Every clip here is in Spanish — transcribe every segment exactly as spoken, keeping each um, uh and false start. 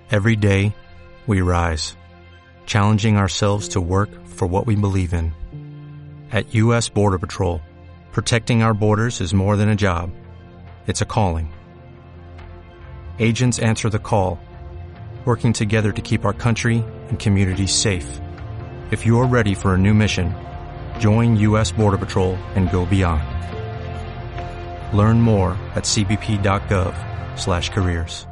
Every day, we rise, challenging ourselves to work for what we believe in. At U S Border Patrol, protecting our borders is more than a job. It's a calling. Agents answer the call, working together to keep our country and communities safe. If you're ready for a new mission, join U S Border Patrol and go beyond. Learn more at cbp.gov slash careers.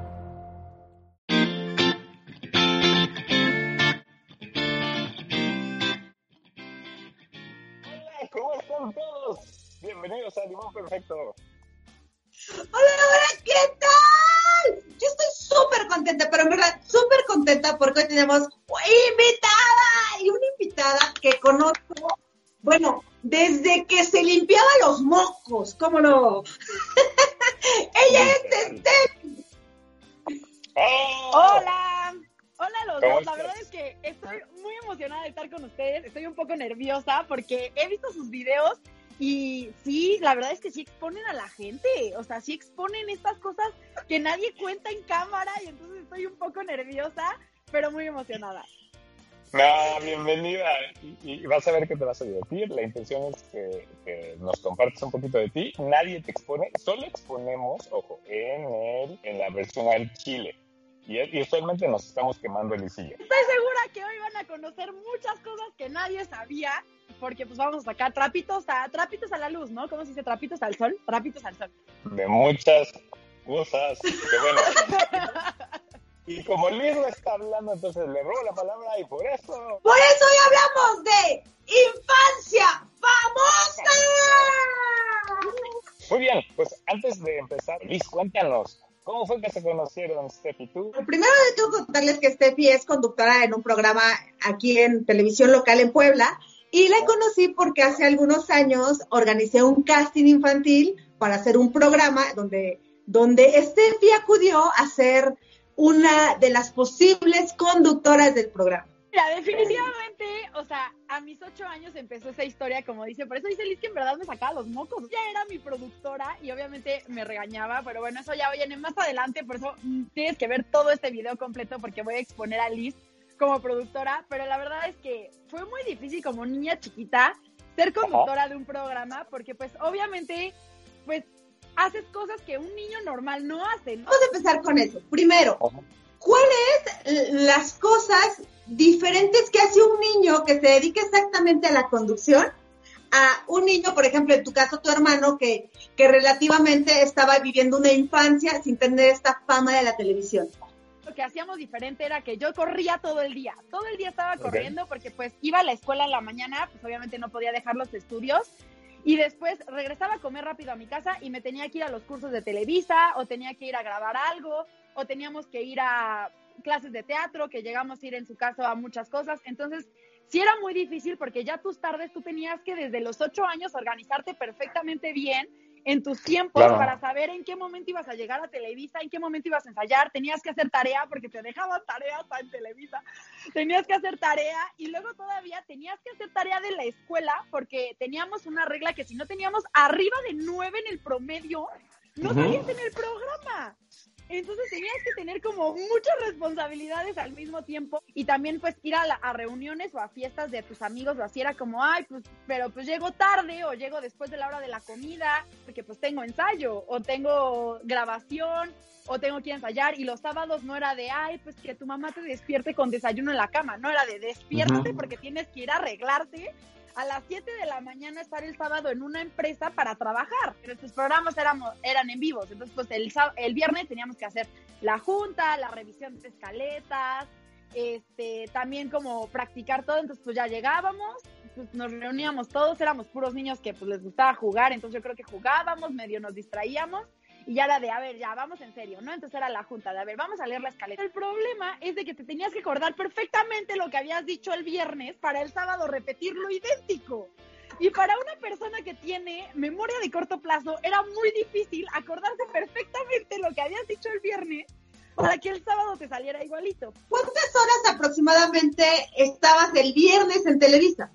Hola, ¿cómo están todos? Bienvenidos a Limón Perfecto. Hola, hola, ¿qué tal? Yo estoy súper contenta, pero en verdad súper contenta porque hoy tenemos invitada y una invitada que conozco, bueno, desde que se limpiaba los mocos, ¿cómo no? Ella es Steffi. ¡Oh! Hola, hola a los ¿Cómo dos, estás? la verdad es que estoy muy emocionada de estar con ustedes, estoy un poco nerviosa porque he visto sus videos y sí, la verdad es que sí exponen a la gente, o sea, sí exponen estas cosas que nadie cuenta en cámara y entonces estoy un poco nerviosa, pero muy emocionada. No, bienvenida. Y, y vas a ver que te vas a divertir. La intención es que, que nos compartas un poquito de ti. Nadie te expone, solo exponemos, ojo, en el, en la versión al chile. Y, y usualmente nos estamos quemando el lisillo. Estoy segura que hoy van a conocer muchas cosas que nadie sabía, porque pues vamos a sacar trapitos a, trapitos a la luz, ¿no? ¿Cómo se dice? Trapitos al sol, trapitos al sol. De muchas cosas. Que bueno. Y como Luis no está hablando, entonces le robo la palabra y por eso... Por eso hoy hablamos de infancia famosa. Muy bien, pues antes de empezar, Luis, cuéntanos, ¿cómo fue que se conocieron Steffi y tú? Lo primero que tengo que contarles que Steffi es conductora en un programa aquí en televisión local en Puebla y la conocí porque hace algunos años organicé un casting infantil para hacer un programa donde, donde Steffi acudió a ser una de las posibles conductoras del programa. Mira, definitivamente, o sea, a mis ocho años empezó esa historia, como dice, por eso dice Liz que en verdad me sacaba los mocos. Ya era mi productora y obviamente me regañaba, pero bueno, eso ya viene más adelante, por eso mm, tienes que ver todo este video completo porque voy a exponer a Liz como productora, pero la verdad es que fue muy difícil como niña chiquita ser conductora de un programa porque pues obviamente, pues haces cosas que un niño normal no hace, ¿no? Vamos a empezar con eso. Primero, ¿cuáles las cosas diferentes que hace un niño que se dedica exactamente a la conducción a un niño, por ejemplo, en tu caso, tu hermano, que, que relativamente estaba viviendo una infancia sin tener esta fama de la televisión? Lo que hacíamos diferente era que yo corría todo el día, todo el día estaba Okay. corriendo porque pues iba a la escuela en la mañana, pues obviamente no podía dejar los estudios y después regresaba a comer rápido a mi casa y me tenía que ir a los cursos de Televisa o tenía que ir a grabar algo o teníamos que ir a clases de teatro, que llegamos a ir en su caso a muchas cosas, entonces sí era muy difícil porque ya tus tardes tú tenías que desde los ocho años organizarte perfectamente bien en tus tiempos Claro. para saber en qué momento ibas a llegar a Televisa, en qué momento ibas a ensayar, tenías que hacer tarea porque te dejaban tareas en Televisa, tenías que hacer tarea y luego todavía tenías que hacer tarea de la escuela porque teníamos una regla que si no teníamos arriba de nueve en el promedio, no Ujú. salías en el programa. Entonces tenías que tener como muchas responsabilidades al mismo tiempo y también pues ir a, la, a reuniones o a fiestas de tus amigos o así era como, ay, pues, pero pues llego tarde o llego después de la hora de la comida porque pues tengo ensayo o tengo grabación o tengo que ensayar y los sábados no era de, ay, pues que tu mamá te despierte con desayuno en la cama, no era de despiértate Ujú. porque tienes que ir a arreglarte a las siete de la mañana estar el sábado en una empresa para trabajar. Nuestros programas éramos, eran en vivos, entonces pues el, el viernes teníamos que hacer la junta, la revisión de escaletas, este, también como practicar todo, entonces pues ya llegábamos, pues nos reuníamos todos, éramos puros niños que pues les gustaba jugar, entonces yo creo que jugábamos, medio nos distraíamos, y ya era de, a ver, ya, vamos en serio, ¿no? Entonces era la junta de, a ver, vamos a leer la escaleta. El problema es de que te tenías que acordar perfectamente lo que habías dicho el viernes para el sábado repetirlo idéntico. Y para una persona que tiene memoria de corto plazo, era muy difícil acordarse perfectamente lo que habías dicho el viernes para que el sábado te saliera igualito. ¿Cuántas horas aproximadamente estabas el viernes en Televisa?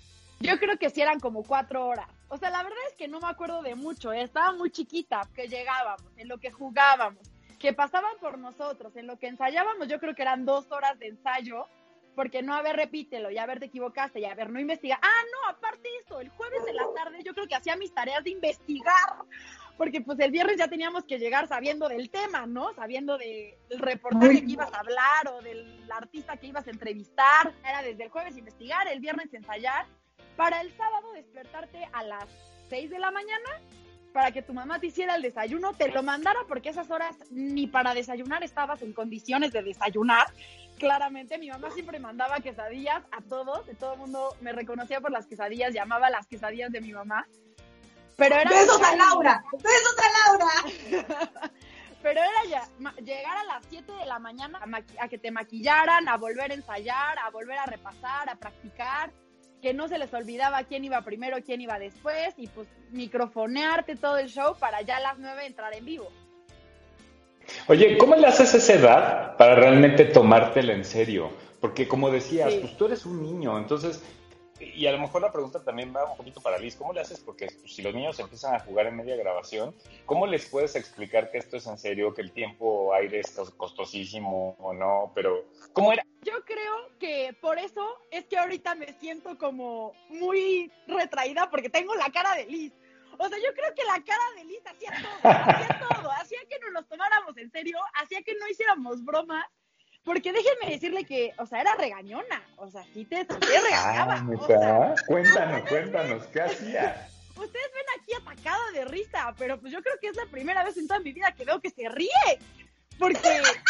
Yo creo que sí eran como cuatro horas. O sea, la verdad es que no me acuerdo de mucho, ¿eh? Estaba muy chiquita, que llegábamos, en lo que jugábamos. que pasaban por nosotros, en lo que ensayábamos, yo creo que eran dos horas de ensayo, porque no, a ver, repítelo, ya a ver, te equivocaste, ya a ver, no investiga. Ah, no, aparte eso, el jueves en la tarde yo creo que hacía mis tareas de investigar, porque pues el viernes ya teníamos que llegar sabiendo del tema, ¿no? Sabiendo de, del reportaje que ibas a hablar o del artista que ibas a entrevistar. Era desde el jueves investigar, el viernes ensayar, para el sábado despertarte a las seis de la mañana, para que tu mamá te hiciera el desayuno, te lo mandara, porque esas horas ni para desayunar estabas en condiciones de desayunar. Claramente, mi mamá siempre mandaba quesadillas a todos, de todo el mundo me reconocía por las quesadillas, llamaba las quesadillas de mi mamá. Pero era ¡Besos a Laura! ¡Besos a Laura! Pero era ya ma, llegar a las siete de la mañana a, a que te maquillaran, a volver a ensayar, a volver a repasar, a practicar, que no se les olvidaba quién iba primero, quién iba después, y pues microfonearte todo el show para ya a las nueve entrar en vivo. Oye, ¿cómo le haces a esa edad para realmente tomártela en serio? Porque como decías, Sí. pues tú eres un niño, entonces, y a lo mejor la pregunta también va un poquito para Liz, ¿cómo le haces? Porque pues, si los niños empiezan a jugar en media grabación, ¿cómo les puedes explicar que esto es en serio, que el tiempo aire es costosísimo o no? Pero, ¿cómo era? Yo creo que por eso es que ahorita me siento como muy retraída, porque tengo la cara de Liz. O sea, yo creo que la cara de Liz hacía todo, hacía todo, hacía que nos los tomáramos en serio, hacía que no hiciéramos bromas, porque déjenme decirle que, o sea, era regañona, o sea, sí te, sí te regañaba. Ah, o sea, cuéntanos, cuéntanos, ¿qué hacía? ustedes ven aquí atacada de risa, pero pues yo creo que es la primera vez en toda mi vida que veo que se ríe, porque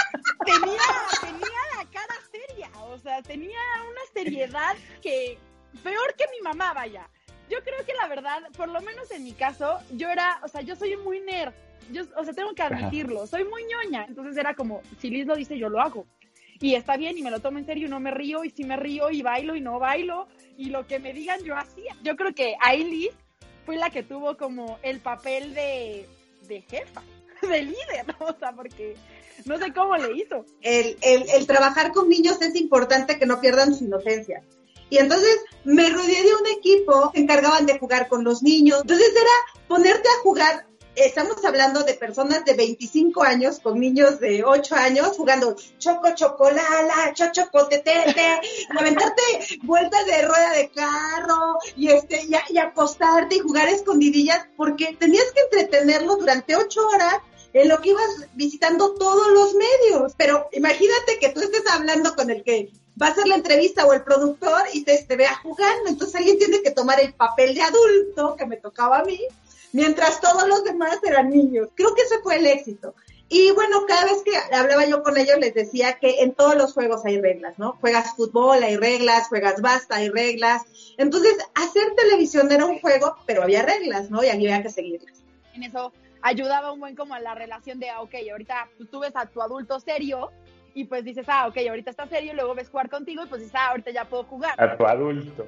tenía, tenía la cara seria, o sea, tenía una seriedad que, peor que mi mamá, vaya. Yo creo que la verdad, por lo menos en mi caso, yo era, o sea, yo soy muy nerd, yo, o sea, tengo que admitirlo, soy muy ñoña, entonces era como, si Liz lo dice, yo lo hago, y está bien, y me lo tomo en serio, y no me río, y sí me río, y bailo, y no bailo, y lo que me digan yo hacía. Yo creo que ahí Liz fue la que tuvo como el papel de, de jefa, de líder, ¿no? O sea, porque no sé cómo le hizo. El, el, el trabajar con niños es importante que no pierdan su inocencia. Y entonces me rodeé de un equipo que se encargaban de jugar con los niños. Entonces era ponerte a jugar. Estamos hablando de personas de veinticinco años con niños de ocho años jugando choco, chocolala, choco, tetete, y aventarte vueltas de rueda de carro y este y, a, y acostarte y jugar escondidillas, porque tenías que entretenerlos durante ocho horas en lo que ibas visitando todos los medios. Pero imagínate que tú estés hablando con el que va a hacer la entrevista o el productor y te, te vea jugando. Entonces alguien tiene que tomar el papel de adulto que me tocaba a mí, mientras todos los demás eran niños. Creo que ese fue el éxito. Y bueno, cada vez que hablaba yo con ellos les decía que en todos los juegos hay reglas, ¿no? Juegas fútbol, hay reglas, juegas basta, hay reglas. Entonces, hacer televisión era un juego, pero había reglas, ¿no? Y había que seguirlas. En eso ayudaba un buen como a la relación de, ah, ok, ahorita pues, tú ves a tu adulto serio y pues dices, ah, ok, ahorita está serio, y luego ves jugar contigo y pues dices, ah, ahorita ya puedo jugar. A tu adulto.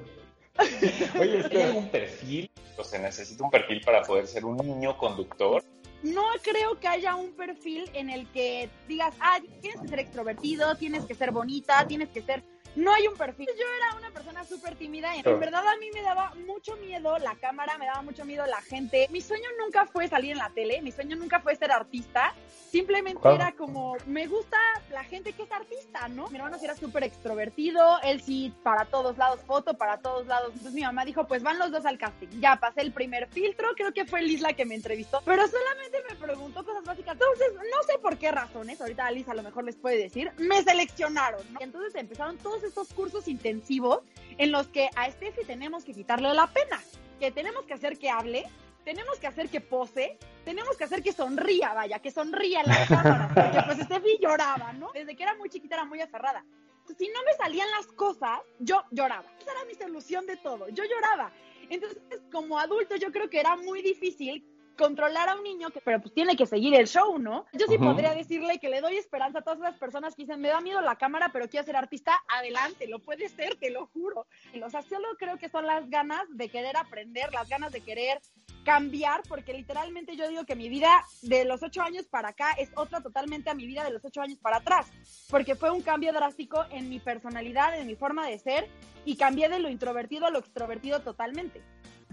Oye, ¿es que hay un perfil? O sea, necesita un perfil para poder ser un niño conductor. No creo que haya un perfil en el que digas, ah, tienes que ser extrovertido, tienes que ser bonita, tienes que ser... No hay un perfil. Yo era una persona súper tímida y en verdad a mí me daba mucho miedo la cámara, me daba mucho miedo la gente. Mi sueño nunca fue salir en la tele, mi sueño nunca fue ser artista. Simplemente ¿Cómo? Era como, me gusta la gente que es artista, ¿no? Mi hermano sí era súper extrovertido, él sí para todos lados foto, para todos lados. Entonces mi mamá dijo, pues van los dos al casting. Ya pasé el primer filtro, creo que fue Liz la que me entrevistó, pero solamente me preguntó cosas básicas. Entonces, no sé por qué razones, ahorita Liz a lo mejor les puede decir, me seleccionaron, ¿no? Y entonces empezaron todos estos cursos intensivos en los que a Steffi tenemos que quitarle la pena, que tenemos que hacer que hable, tenemos que hacer que pose, tenemos que hacer que sonría, vaya, que sonría en la cámara, porque pues Steffi lloraba, ¿no? Desde que era muy chiquita era muy aferrada. Entonces, si no me salían las cosas, yo lloraba. Esa era mi solución de todo, yo lloraba. Entonces, como adulto, yo creo que era muy difícil controlar a un niño, que, pero pues tiene que seguir el show, ¿no? Yo sí uh-huh. podría decirle que le doy esperanza a todas las personas que dicen, me da miedo la cámara, pero quiero ser artista, adelante, lo puede ser, te lo juro. O sea, solo creo que son las ganas de querer aprender, las ganas de querer cambiar, porque literalmente yo digo que mi vida de los ocho años para acá es otra totalmente a mi vida de los ocho años para atrás, porque fue un cambio drástico en mi personalidad, en mi forma de ser, y cambié de lo introvertido a lo extrovertido totalmente.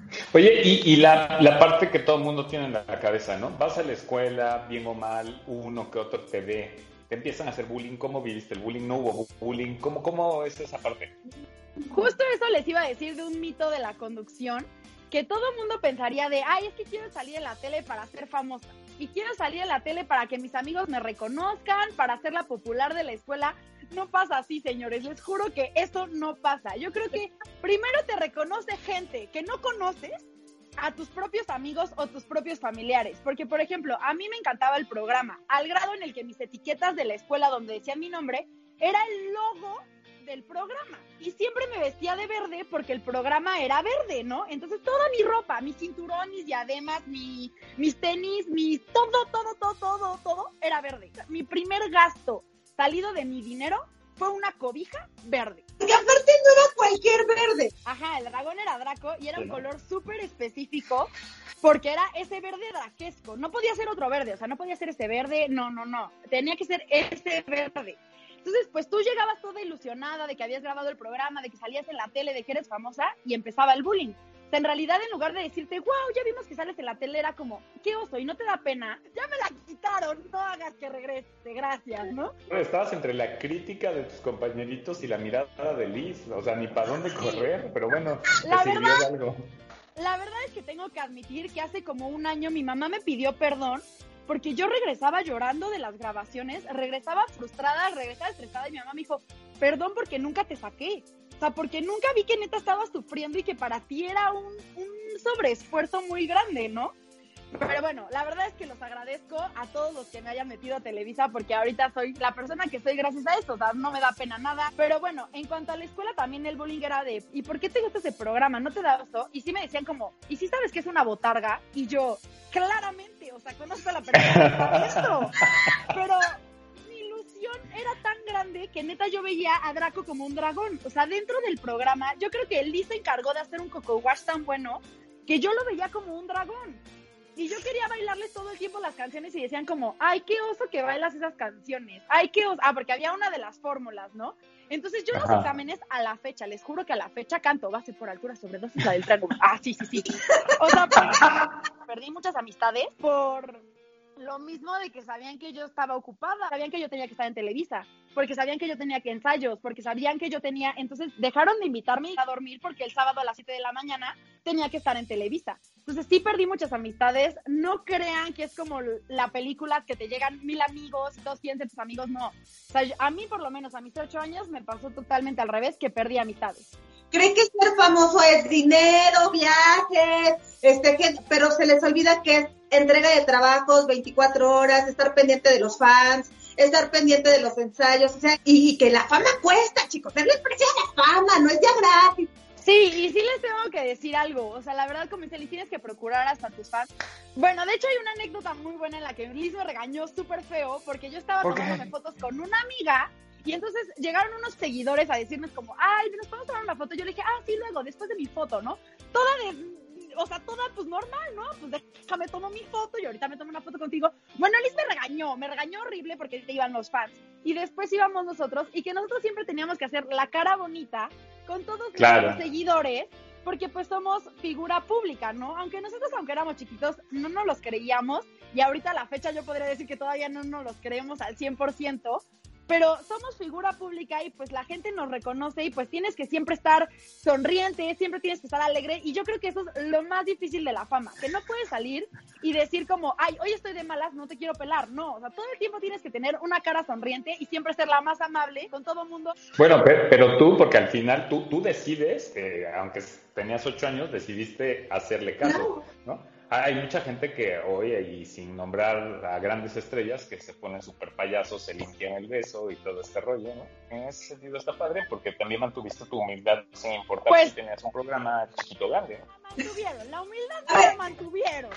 Oye, y, y la, la parte que todo el mundo tiene en la cabeza, ¿no? Vas a la escuela, bien o mal, uno que otro te ve, te empiezan a hacer bullying. ¿Cómo viviste el bullying? ¿No hubo bullying? ¿Cómo, cómo es esa parte? Justo eso les iba a decir de un mito de la conducción, que todo el mundo pensaría de, ay, es que quiero salir en la tele para ser famosa, y quiero salir en la tele para que mis amigos me reconozcan, para ser la popular de la escuela. No pasa así, señores, les juro que eso no pasa. Yo creo que primero te reconoce gente que no conoces, a tus propios amigos o tus propios familiares, porque por ejemplo, a mí me encantaba el programa, al grado en el que mis etiquetas de la escuela donde decían mi nombre, era el logo del programa, y siempre me vestía de verde porque el programa era verde, ¿no? Entonces toda mi ropa, mi cinturón, mis diademas, mi, mis tenis, mis todo, todo, todo, todo, todo era verde. Mi primer gasto salido de mi dinero fue una cobija verde. Porque aparte no era cualquier verde. Ajá, el dragón era Draco y era un color súper específico porque era ese verde draquesco. No podía ser otro verde, o sea, no podía ser ese verde, no, no, no. Tenía que ser ese verde. Entonces, pues tú llegabas toda ilusionada de que habías grabado el programa, de que salías en la tele, de que eres famosa, y empezaba el bullying. O sea, en realidad, en lugar de decirte, wow, ya vimos que sales en la tele, era como, qué oso, y no te da pena, ya me la quitaron, no hagas que regrese, gracias, ¿no? Bueno, estabas entre la crítica de tus compañeritos y la mirada de Liz, o sea, ni para dónde correr, pero bueno, la te sirvió verdad, de algo. La verdad es que tengo que admitir que hace como un año mi mamá me pidió perdón porque yo regresaba llorando de las grabaciones, regresaba frustrada, regresaba estresada y mi mamá me dijo, perdón porque nunca te saqué. O sea, porque nunca vi que neta estabas sufriendo y que para ti era un, un sobreesfuerzo muy grande, ¿no? Pero bueno, la verdad es que los agradezco a todos los que me hayan metido a Televisa porque ahorita soy la persona que soy gracias a eso, o sea, no me da pena nada. Pero bueno, en cuanto a la escuela también el bullying era de, ¿y por qué te gusta ese programa? ¿No te da oso? Y sí me decían como, ¿y sí sabes que es una botarga? Y yo, claramente, o sea, conozco a la persona que sabe esto. Pero mi ilusión era tan grande que neta yo veía a Draco como un dragón. O sea, dentro del programa, yo creo que Liz se encargó de hacer un coco wash tan bueno que yo lo veía como un dragón. Y yo quería bailarles todo el tiempo las canciones y decían como, ay, qué oso que bailas esas canciones. Ay, qué oso. Ah, porque había una de las fórmulas, ¿no? Entonces yo en los exámenes a la fecha, les juro que a la fecha canto base por altura sobre dosis la del triángulo. Ah, sí, sí, sí. O sea, perdí muchas amistades por lo mismo de que sabían que yo estaba ocupada, sabían que yo tenía que estar en Televisa, porque sabían que yo tenía que ensayos, porque sabían que yo tenía, entonces dejaron de invitarme a dormir porque el sábado a las siete de la mañana tenía que estar en Televisa. Entonces sí perdí muchas amistades, no crean que es como la película que te llegan mil amigos y todos quieren ser tus amigos, no. O sea, a mí por lo menos a mis ocho años me pasó totalmente al revés, que perdí amistades. Creen que ser famoso es dinero, viajes, este, que, pero se les olvida que es entrega de trabajos, veinticuatro horas, estar pendiente de los fans, estar pendiente de los ensayos, o sea, y, y que la fama cuesta, chicos, es el precio de la fama, no es ya gratis. Sí, y sí les tengo que decir algo, o sea, la verdad, como dice Liz, tienes que procurar hasta tus fans. Bueno, de hecho hay una anécdota muy buena en la que Liz me regañó súper feo, porque yo estaba tomándome fotos con una amiga, y entonces llegaron unos seguidores a decirnos como, ay, ¿nos podemos tomar una foto? Yo le dije, ah, sí, luego, después de mi foto, ¿no? Toda de... O sea, toda pues normal, ¿no? Pues déjame tomo mi foto y ahorita me tomo una foto contigo. Bueno, Liz me regañó, me regañó horrible porque iban los fans. Y después íbamos nosotros y que nosotros siempre teníamos que hacer la cara bonita con todos claro. nuestros seguidores porque pues somos figura pública, ¿no? Aunque nosotros, aunque éramos chiquitos, no nos los creíamos y ahorita a la fecha yo podría decir que todavía no nos los creemos al cien por ciento, pero somos figura pública y pues la gente nos reconoce y pues tienes que siempre estar sonriente, siempre tienes que estar alegre y yo creo que eso es lo más difícil de la fama, que no puedes salir y decir como, ay, hoy estoy de malas, no te quiero pelar, no, o sea, todo el tiempo tienes que tener una cara sonriente y siempre ser la más amable con todo el mundo. Bueno, pero, pero tú, porque al final tú, tú decides, eh, aunque tenías ocho años, decidiste hacerle caso, ¿no? ¿no? Hay mucha gente que hoy, y sin nombrar a grandes estrellas, que se ponen súper payasos, se limpian el beso y todo este rollo, ¿no? En ese sentido está padre porque también mantuviste tu humildad sin importar pues, si tenías un programa chiquito o grande. La mantuvieron, la humildad no la mantuvieron.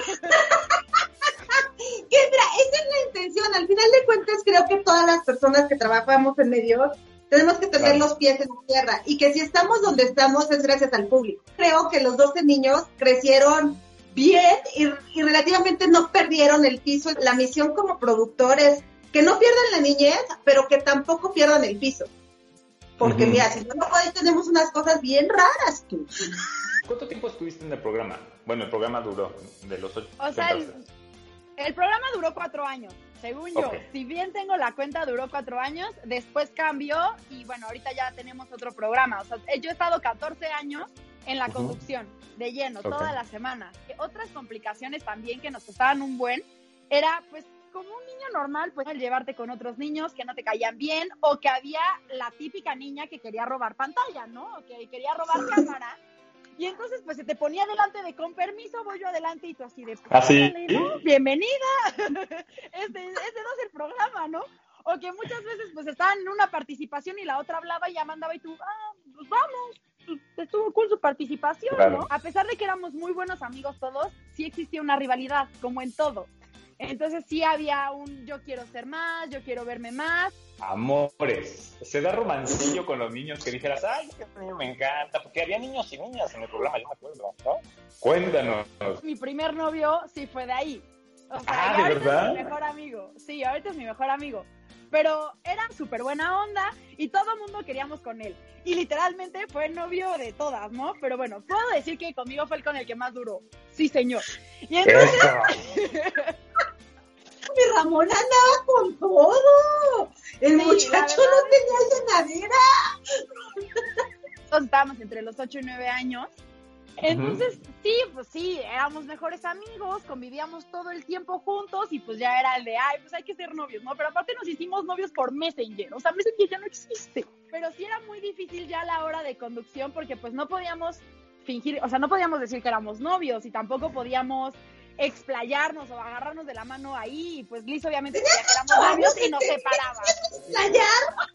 Kendra, esa es la intención. Al final de cuentas, creo que todas las personas que trabajamos en medios tenemos que tener claro. los pies en la tierra y que si estamos donde estamos es gracias al público. Creo que los doce niños crecieron bien y, y relativamente no perdieron el piso. La misión como productores, que no pierdan la niñez, pero que tampoco pierdan el piso. Porque uh-huh. mira, si no, no podéis, tenemos unas cosas bien raras tú. ¿Cuánto tiempo estuviste en el programa? Bueno, el programa duró de los ocho. O sea, el, el programa duró cuatro años, según yo. Okay. Si bien tengo la cuenta, duró cuatro años, después cambió y bueno, ahorita ya tenemos otro programa. O sea, yo he estado catorce años en la uh-huh. conducción, de lleno, okay. toda la semana. Otras complicaciones también que nos costaban un buen, era pues como un niño normal, pues el llevarte con otros niños que no te caían bien, o que había la típica niña que quería robar pantalla, ¿no? O que quería robar cámara. Y entonces, pues, se te ponía delante de, con permiso, voy yo adelante, y tú así de, ¿Ah, sí? ¿no? Bienvenida, este, este no es el programa, ¿no? O que muchas veces, pues, estaban en una participación y la otra hablaba y ya mandaba y tú, ah, pues vamos, pues, estuvo cool su participación, claro. ¿no? A pesar de que éramos muy buenos amigos todos, sí existía una rivalidad, como en todo. Entonces sí había un yo quiero ser más, yo quiero verme más. Amores, se da romancillo con los niños que dijeras, ay, este niño me encanta, porque había niños y niñas en el programa, yo me acuerdo, ¿no? Cuéntanos. Mi primer novio sí fue de ahí. O sea, ah, y ¿de ahorita verdad? es mi mejor amigo. Sí, ahorita es mi mejor amigo. Pero era súper buena onda y todo el mundo queríamos con él. Y literalmente fue el novio de todas, ¿no? Pero bueno, puedo decir que conmigo fue el con el que más duró. Sí, señor. Y entonces... Mi Ramón andaba con todo. El sí, muchacho no tenía llenadera. Nosotros estábamos entre los ocho y nueve años. Entonces, uh-huh. sí, pues sí, éramos mejores amigos, convivíamos todo el tiempo juntos y pues ya era el de, ay, pues hay que ser novios, ¿no? Pero aparte nos hicimos novios por Messenger, o sea, Messenger ya no existe. Pero sí era muy difícil ya a la hora de conducción porque pues no podíamos fingir, o sea, no podíamos decir que éramos novios y tampoco podíamos explayarnos o agarrarnos de la mano ahí, y pues Liz obviamente decía que éramos novios y nos separaba. ¿Explayar?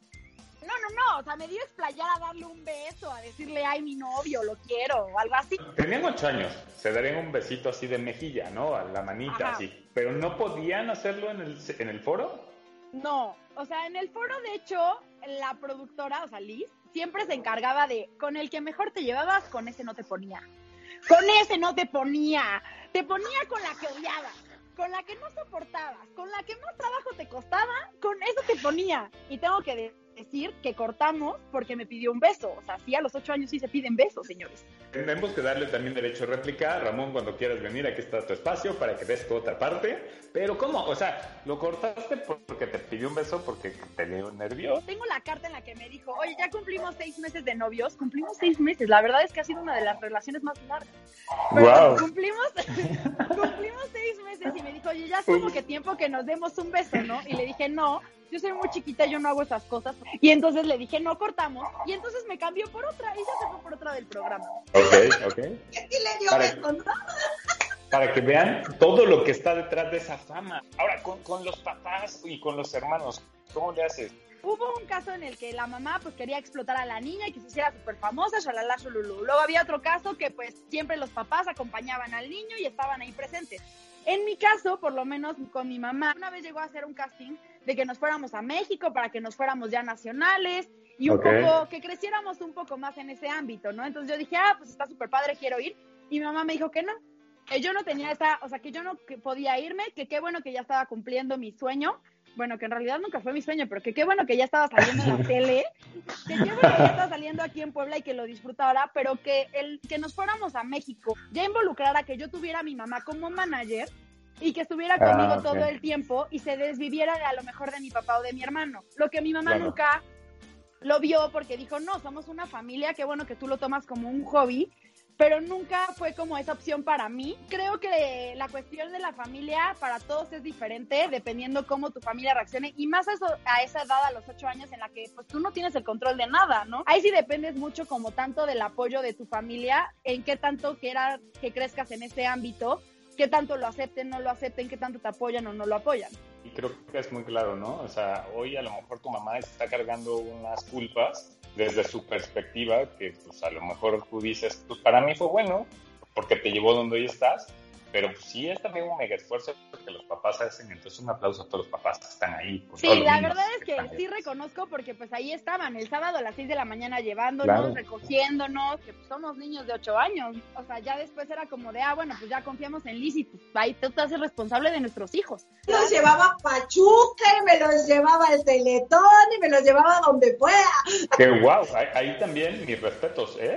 No, no, no, o sea, me dio explayar a darle un beso, a decirle, ay, mi novio, lo quiero, o algo así. Tenían ocho años, se darían un besito así de mejilla, ¿no? A la manita, ajá. Así. ¿Pero no podían hacerlo en el, en el foro? No, o sea, en el foro, de hecho, la productora, o sea, Liz, siempre se encargaba de, con el que mejor te llevabas, con ese no te ponía. Con ese no te ponía, te ponía con la que odiabas, con la que no soportabas, con la que más trabajo te costaba, con eso te ponía. Y tengo que de- decir que cortamos porque me pidió un beso. O sea, sí, a los ocho años sí se piden besos, señores. Tenemos que darle también derecho a réplica. Ramón, cuando quieras venir, aquí está tu espacio para que des tu otra parte. Pero ¿cómo? O sea, ¿lo cortaste porque te pidió un beso, porque te dio nervios? Tengo la carta en la que me dijo, oye, ya cumplimos seis meses de novios. Cumplimos seis meses. La verdad es que ha sido una de las relaciones más largas. Pero wow. cumplimos, cumplimos seis meses y me dijo, oye, ya es como que tiempo que nos demos un beso, ¿no? Y le dije, no, yo soy muy chiquita, yo no hago esas cosas. Y entonces le dije, no, cortamos. Y entonces me cambió por otra y ya se fue por otra del programa. Ok, ok. Y aquí le dio Para, beso, ¿no? para que vean todo lo que está detrás de esa fama. Ahora, con, con los papás y con los hermanos, ¿cómo le haces? Hubo un caso en el que la mamá pues quería explotar a la niña y que se hiciera súper famosa, shalala, shululu. Luego había otro caso que pues siempre los papás acompañaban al niño y estaban ahí presentes. En mi caso, por lo menos con mi mamá, una vez llegó a hacer un casting de que nos fuéramos a México para que nos fuéramos ya nacionales y un okay. poco, que creciéramos un poco más en ese ámbito, ¿no? Entonces yo dije, ah, pues está súper padre, quiero ir. Y mi mamá me dijo que no, que yo no tenía esa, o sea, que yo no que podía irme, que qué bueno que ya estaba cumpliendo mi sueño. Bueno, que en realidad nunca fue mi sueño, pero que qué bueno que ya estaba saliendo en la tele, que qué bueno que ya estaba saliendo aquí en Puebla y que lo disfrutara, pero que el que nos fuéramos a México ya involucrara que yo tuviera a mi mamá como manager y que estuviera conmigo ah, okay. todo el tiempo y se desviviera de a lo mejor de mi papá o de mi hermano. Lo que mi mamá claro. nunca lo vio porque dijo, no, somos una familia, qué bueno que tú lo tomas como un hobby, pero nunca fue como esa opción para mí. Creo que la cuestión de la familia para todos es diferente, dependiendo cómo tu familia reaccione, y más a, eso, a esa edad, a los ocho años, en la que pues tú no tienes el control de nada, ¿no? Ahí sí dependes mucho como tanto del apoyo de tu familia, en qué tanto quiera que crezcas en ese ámbito, qué tanto lo acepten, no lo acepten, qué tanto te apoyan o no lo apoyan. Y creo que es muy claro, ¿no? O sea, hoy a lo mejor tu mamá está cargando unas culpas desde su perspectiva, que pues a lo mejor tú dices, pues para mí fue bueno, porque te llevó donde hoy estás, pero pues sí es también un mega esfuerzo que los papás hacen, entonces un aplauso a todos los papás que están ahí. Con sí, todos la los verdad es que, que sí ahí. Reconozco porque pues ahí estaban, el sábado a las seis de la mañana llevándonos, claro. recogiéndonos, que pues somos niños de ocho años, o sea, ya después era como de, ah, bueno, pues ya confiamos en Liz y pues ahí tú te haces responsable de nuestros hijos. Los llevaba a Pachuca y me los llevaba al Teletón y me los llevaba donde fuera. ¡Qué guau! Ahí, ahí también mis respetos, ¿eh?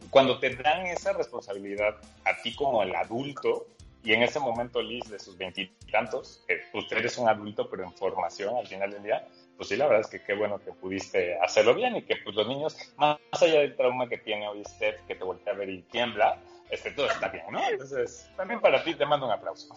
cuando te dan esa responsabilidad a ti como el adulto, y en ese momento Liz de sus veintitantos, que usted es un adulto pero en formación al final del día, pues sí, la verdad es que qué bueno que pudiste hacerlo bien y que pues los niños, más allá del trauma que tiene hoy Steph, que te voltea a ver y tiembla, este, todo está bien, ¿no? Entonces, también para ti te mando un aplauso.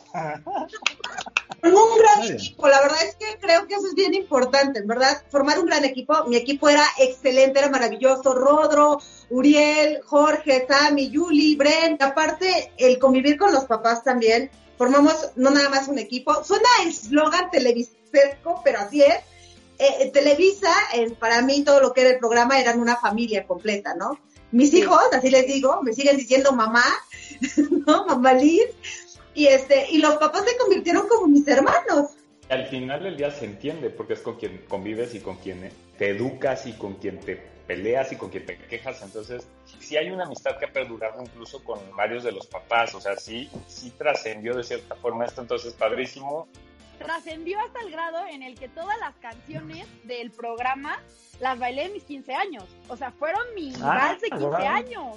Un gran equipo, la verdad es que creo que eso es bien importante, en verdad, formar un gran equipo. Mi equipo era excelente, era maravilloso, Rodro, Uriel, Jorge, Sammy, Yuli, Brent, aparte el convivir con los papás también, formamos no nada más un equipo, suena eslogan televisesco, pero así es. Eh, Televisa, eh, para mí todo lo que era el programa eran una familia completa, ¿no? Mis hijos, así les digo, me siguen diciendo mamá, ¿no? Mamá Liz, y este, y los papás se convirtieron como mis hermanos. Al final del día se entiende, porque es con quien convives y con quien te educas y con quien te peleas y con quien te quejas. Entonces, sí hay una amistad que ha perdurado incluso con varios de los papás, o sea, sí, sí trascendió de cierta forma esto, entonces padrísimo. Trascendió hasta el grado en el que todas las canciones del programa las bailé en mis quince años. O sea, fueron mi Ah, vals de quince wow. años.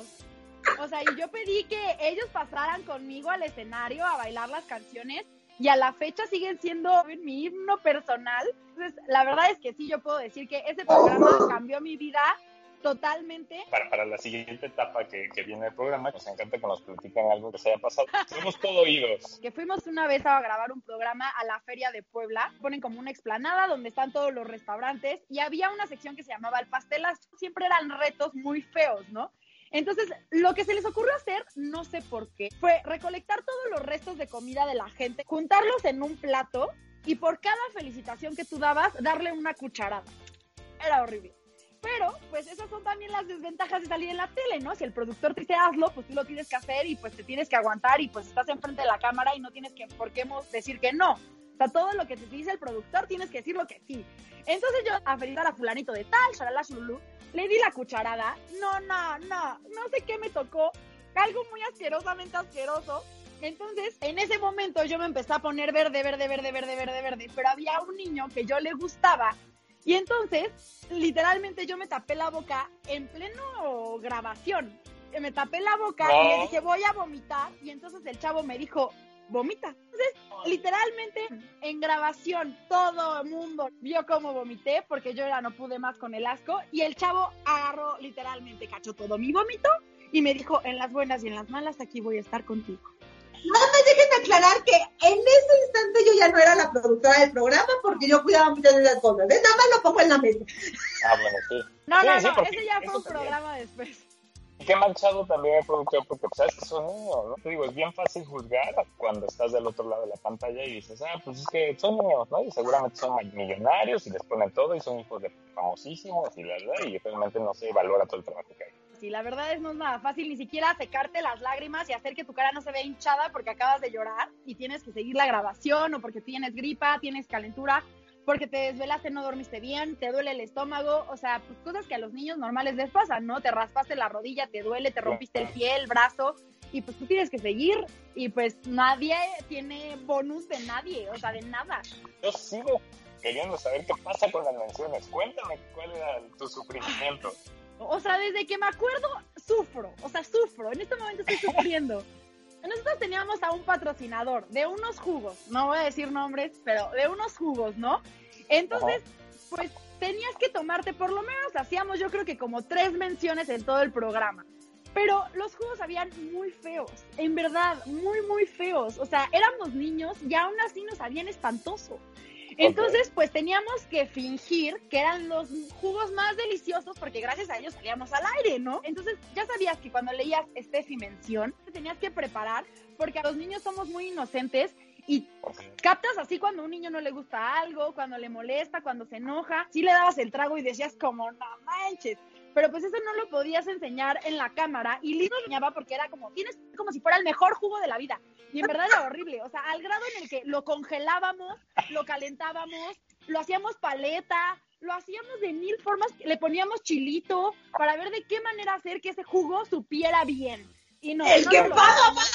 O sea, y yo pedí que ellos pasaran conmigo al escenario a bailar las canciones y a la fecha siguen siendo mi himno personal. Entonces, la verdad es que sí, yo puedo decir que ese programa cambió mi vida totalmente. Para, para la siguiente etapa que, que viene el programa, nos encanta que nos platican algo que se haya pasado. Somos todo oídos. Que fuimos una vez a grabar un programa a la Feria de Puebla. Ponen como una explanada donde están todos los restaurantes y había una sección que se llamaba el pastelazo. Siempre eran retos muy feos, ¿no? Entonces, lo que se les ocurrió hacer, no sé por qué, fue recolectar todos los restos de comida de la gente, juntarlos en un plato y por cada felicitación que tú dabas, darle una cucharada. Era horrible. Pero, pues, esas son también las desventajas de salir en la tele, ¿no? Si el productor te dice hazlo, pues tú lo tienes que hacer y pues te tienes que aguantar y pues estás enfrente de la cámara y no tienes que, por qué decir que no. O sea, todo lo que te dice el productor tienes que decir lo que sí. Entonces yo, a felicitar a fulanito de tal, shalala, shululú, le di la cucharada. No, no, no, no sé qué me tocó. Algo muy asquerosamente asqueroso. Entonces, en ese momento yo me empecé a poner verde, verde, verde, verde, verde, verde. Pero había un niño que yo le gustaba. Y entonces, literalmente yo me tapé la boca en pleno grabación. Me tapé la boca no. y le dije, voy a vomitar. Y entonces el chavo me dijo, vomita. Entonces, literalmente, en grabación, todo el mundo vio cómo vomité, porque yo ya no pude más con el asco. Y el chavo agarró, literalmente, cachó todo mi vómito y me dijo, en las buenas y en las malas, aquí voy a estar contigo. Nada más déjenme aclarar que en ese instante yo ya no era la productora del programa porque yo cuidaba muchas de esas cosas. ¿eh? Nada más lo pongo en la mesa. Ah, bueno, sí. No, sí, no, sí, no, ese ya fue un también. programa después. Y qué manchado también el productor, porque pues, sabes que son niños, ¿no? Te digo, es bien fácil juzgar cuando estás del otro lado de la pantalla y dices, ah, pues es que son niños, ¿no? Y seguramente son millonarios y les ponen todo y son hijos de famosísimos y la verdad, y realmente no se valora todo el trabajo que hay. Sí, la verdad es no es nada fácil ni siquiera secarte las lágrimas y hacer que tu cara no se vea hinchada porque acabas de llorar y tienes que seguir la grabación o porque tienes gripa, tienes calentura, porque te desvelaste, no dormiste bien, te duele el estómago, o sea, pues cosas que a los niños normales les pasan, ¿no? Te raspaste la rodilla, te duele, te rompiste el pie, el brazo, y pues tú tienes que seguir, y pues nadie tiene bonus de nadie, o sea, de nada. Yo sigo queriendo saber qué pasa con las menciones. Cuéntame cuál era tu sufrimiento. O sea, desde que me acuerdo, sufro, o sea, sufro, en este momento estoy sufriendo. Nosotros teníamos a un patrocinador de unos jugos, no voy a decir nombres, pero de unos jugos, ¿no? Entonces, ajá, pues tenías que tomarte, por lo menos hacíamos yo creo que como tres menciones en todo el programa. Pero los jugos habían muy feos, en verdad, muy, muy feos. O sea, éramos niños y aún así nos sabían espantoso. Entonces, pues teníamos que fingir que eran los jugos más deliciosos porque gracias a ellos salíamos al aire, ¿no? Entonces, ya sabías que cuando leías Steffi mención, te tenías que preparar porque los niños somos muy inocentes y captas así cuando a un niño no le gusta algo, cuando le molesta, cuando se enoja. Sí le dabas el trago y decías como, no manches. Pero pues eso no lo podías enseñar en la cámara y Liz nos enseñaba porque era como, tienes como si fuera el mejor jugo de la vida. Y en verdad era horrible, o sea, al grado en el que lo congelábamos, lo calentábamos, lo hacíamos paleta, lo hacíamos de mil formas, le poníamos chilito para ver de qué manera hacer que ese jugo supiera bien. Y no, ¡El no que lo paga manda!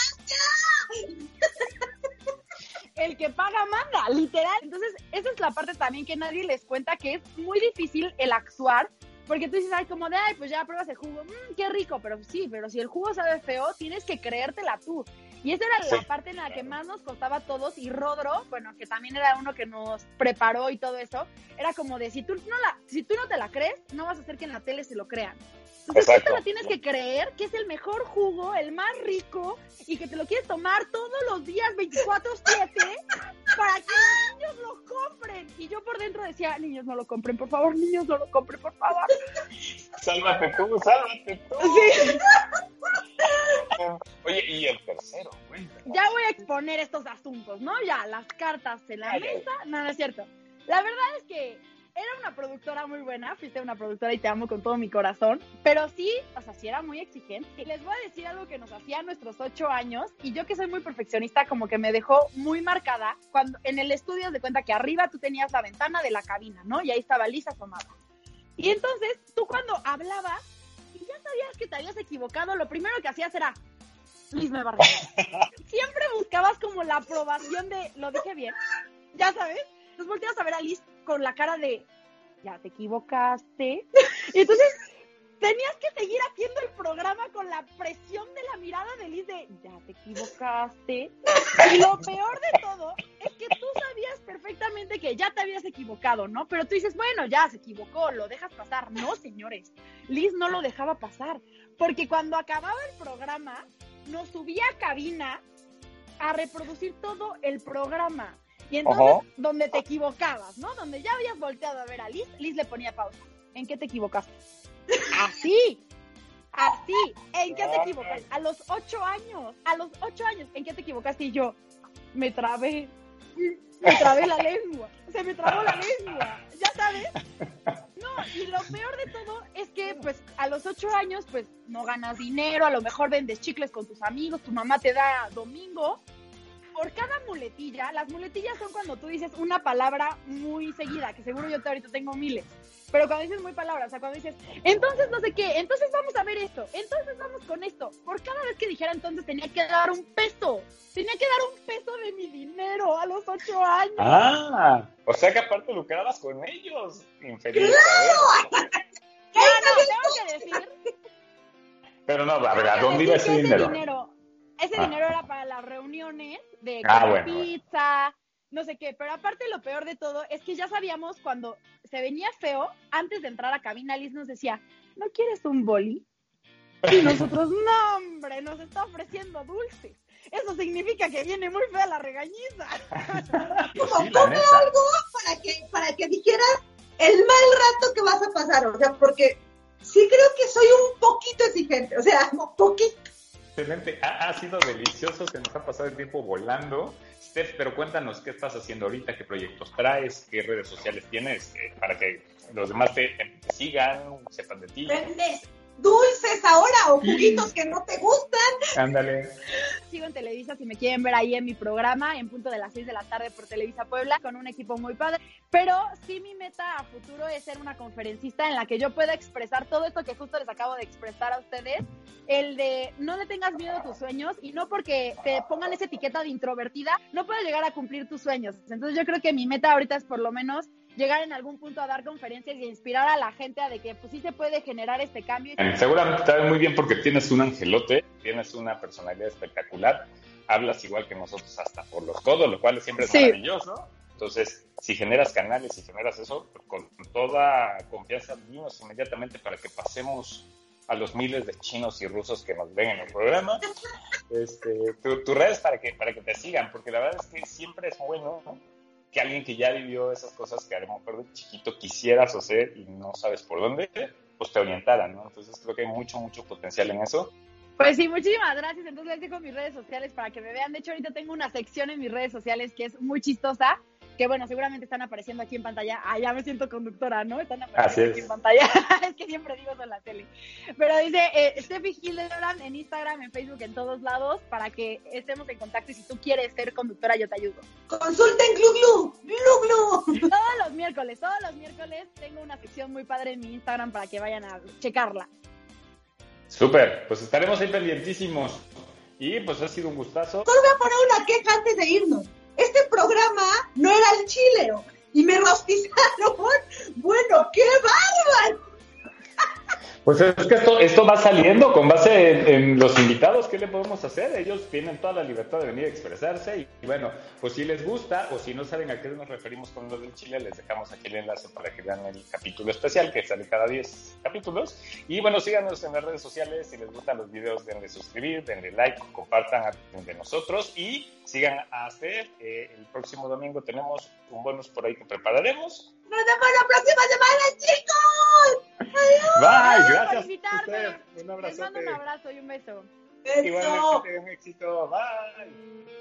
El que paga manda, literal. Entonces, esa es la parte también que nadie les cuenta, que es muy difícil el actuar Porque tú dices, ay, como de, ay, pues ya pruebas el jugo, mmm, qué rico, pero sí, pero si el jugo sabe feo, tienes que creértela tú. Y esa era sí, la parte en la que más nos costaba a todos, y Rodro, bueno, que también era uno que nos preparó y todo eso, era como de, si tú no, la, si tú no te la crees, no vas a hacer que en la tele se lo crean. Entonces tú te la tienes que creer, que es el mejor jugo, el más rico, y que te lo quieres tomar todos los días, veinticuatro siete, para que los niños lo compren. Y yo por dentro decía, niños no lo compren, por favor, niños no lo compren, por favor. Sálvate tú, sálvate tú. Sí. Oye, y el tercero, güey. Ya voy a exponer estos asuntos, ¿no? Ya, las cartas en la Ay, mesa. No, no es cierto. La verdad es que era una productora muy buena, fuiste una productora y te amo con todo mi corazón, pero sí, o sea, sí era muy exigente. Y les voy a decir algo que nos hacía a nuestros ocho años, y yo que soy muy perfeccionista, como que me dejó muy marcada, cuando en el estudio de cuenta que arriba tú tenías la ventana de la cabina, ¿no? Y ahí estaba Liz asomada. Y entonces, tú cuando hablabas, y ya sabías que te habías equivocado, lo primero que hacías era, Liz me va a regañar. Siempre buscabas como la aprobación de, ¿lo dije bien? Ya sabes, entonces volteas a ver a Liz con la cara de, ya te equivocaste. Y entonces tenías que seguir haciendo el programa con la presión de la mirada de Liz de, ya te equivocaste. Y lo peor de todo es que tú sabías perfectamente que ya te habías equivocado, ¿no? Pero tú dices, bueno, ya se equivocó, lo dejas pasar. No, señores, Liz no lo dejaba pasar, porque cuando acababa el programa, nos subía a cabina a reproducir todo el programa. Y entonces, uh-huh. donde te equivocabas, ¿no? Donde ya habías volteado a ver a Liz, Liz le ponía pausa. ¿En qué te equivocaste? Así, así. ¿En qué te equivocaste? A los ocho años, a los ocho años, ¿en qué te equivocaste? Y yo, me trabé, me trabé la lengua, se me trabó la lengua, ¿ya sabes? No, y lo peor de todo es que, pues, a los ocho años, pues, no ganas dinero, a lo mejor vendes chicles con tus amigos, tu mamá te da domingo. Por cada muletilla, las muletillas son cuando tú dices una palabra muy seguida, que seguro yo te ahorita tengo miles, pero cuando dices muy palabras, o sea, cuando dices, entonces no sé qué, entonces vamos a ver esto, entonces vamos con esto, por cada vez que dijera entonces tenía que dar un peso, tenía que dar un peso de mi dinero a los ocho años. Ah, o sea que aparte lucrabas con ellos, infeliz. ¡Claro! No, no, tengo que decir. Pero no, a ver, ¿a dónde iba ese dinero? dinero? Ese ah. dinero era para las reuniones de ah, bueno, pizza, no sé qué. Pero aparte lo peor de todo es que ya sabíamos cuando se venía feo, antes de entrar a cabina, Liz nos decía, ¿no quieres un boli? Y nosotros, no, hombre, nos está ofreciendo dulces. Eso significa que viene muy fea la regañiza. Como sí, come algo para que, para que dijeras el mal rato que vas a pasar. O sea, porque sí creo que soy un poquito exigente. O sea, un poquito. Excelente, ha, ha sido delicioso, se nos ha pasado el tiempo volando. Steph, pero cuéntanos qué estás haciendo ahorita, qué proyectos traes, qué redes sociales tienes, eh, para que los demás te, te sigan, sepan de ti. ¿Vendes dulces ahora o juguitos que no te gustan? Ándale. Sigo en Televisa si me quieren ver ahí en mi programa, en punto de las seis de la tarde por Televisa Puebla, con un equipo muy padre. Pero sí, mi meta a futuro es ser una conferencista en la que yo pueda expresar todo esto que justo les acabo de expresar a ustedes, el de no le tengas miedo a tus sueños, y no porque te pongan esa etiqueta de introvertida, no puedes llegar a cumplir tus sueños. Entonces yo creo que mi meta ahorita es por lo menos llegar en algún punto a dar conferencias y inspirar a la gente a de que pues sí se puede generar este cambio. Seguramente te va muy bien porque tienes un angelote, tienes una personalidad espectacular, hablas igual que nosotros hasta por los codos, lo cual siempre es sí. maravilloso. Entonces, si generas canales y generas eso, con toda confianza, dinos inmediatamente para que pasemos a los miles de chinos y rusos que nos ven en el programa, este, tus tu redes para que, para que te sigan, porque la verdad es que siempre es bueno, ¿no?, que alguien que ya vivió esas cosas que a lo mejor de chiquito quisieras hacer y no sabes por dónde, pues te orientaran, ¿no? Entonces creo que hay mucho, mucho potencial en eso. Pues sí, muchísimas gracias. Entonces les dejo mis redes sociales para que me vean. De hecho, ahorita tengo una sección en mis redes sociales que es muy chistosa, que bueno, seguramente están apareciendo aquí en pantalla. Ah, ya me siento conductora, ¿no? Están apareciendo aquí en pantalla. Es que siempre digo eso en la tele. Pero dice eh, Steffi Hildebrand en Instagram, en Facebook, en todos lados, para que estemos en contacto. Y si tú quieres ser conductora, yo te ayudo. Consulten Glu Glu, Glu Glu. Todos los miércoles, todos los miércoles tengo una sección muy padre en mi Instagram para que vayan a checarla. Súper, pues estaremos ahí pendientísimos. Y pues ha sido un gustazo. Solo voy a poner una queja antes de irnos. Este programa no era el chileo y me rostizaron. Bueno, qué bárbaro. Pues es que esto, esto va saliendo con base en, en los invitados. ¿Qué le podemos hacer? Ellos tienen toda la libertad de venir a expresarse y, y bueno, pues si les gusta o si no saben a qué nos referimos con lo del chile, les dejamos aquí el enlace para que vean el capítulo especial que sale cada diez capítulos. Y bueno, síganos en las redes sociales. Si les gustan los videos, denle suscribir, denle like, compartan de nosotros y sigan a hacer. Eh, el próximo domingo tenemos un bonus por ahí que prepararemos. ¡Nos vemos la próxima semana, chicos! ¡Adiós! Bye, Gracias por gracias. invitarme. Un Les mando abrazote. un abrazo y un beso. Beso. Igualmente, un éxito. Bye.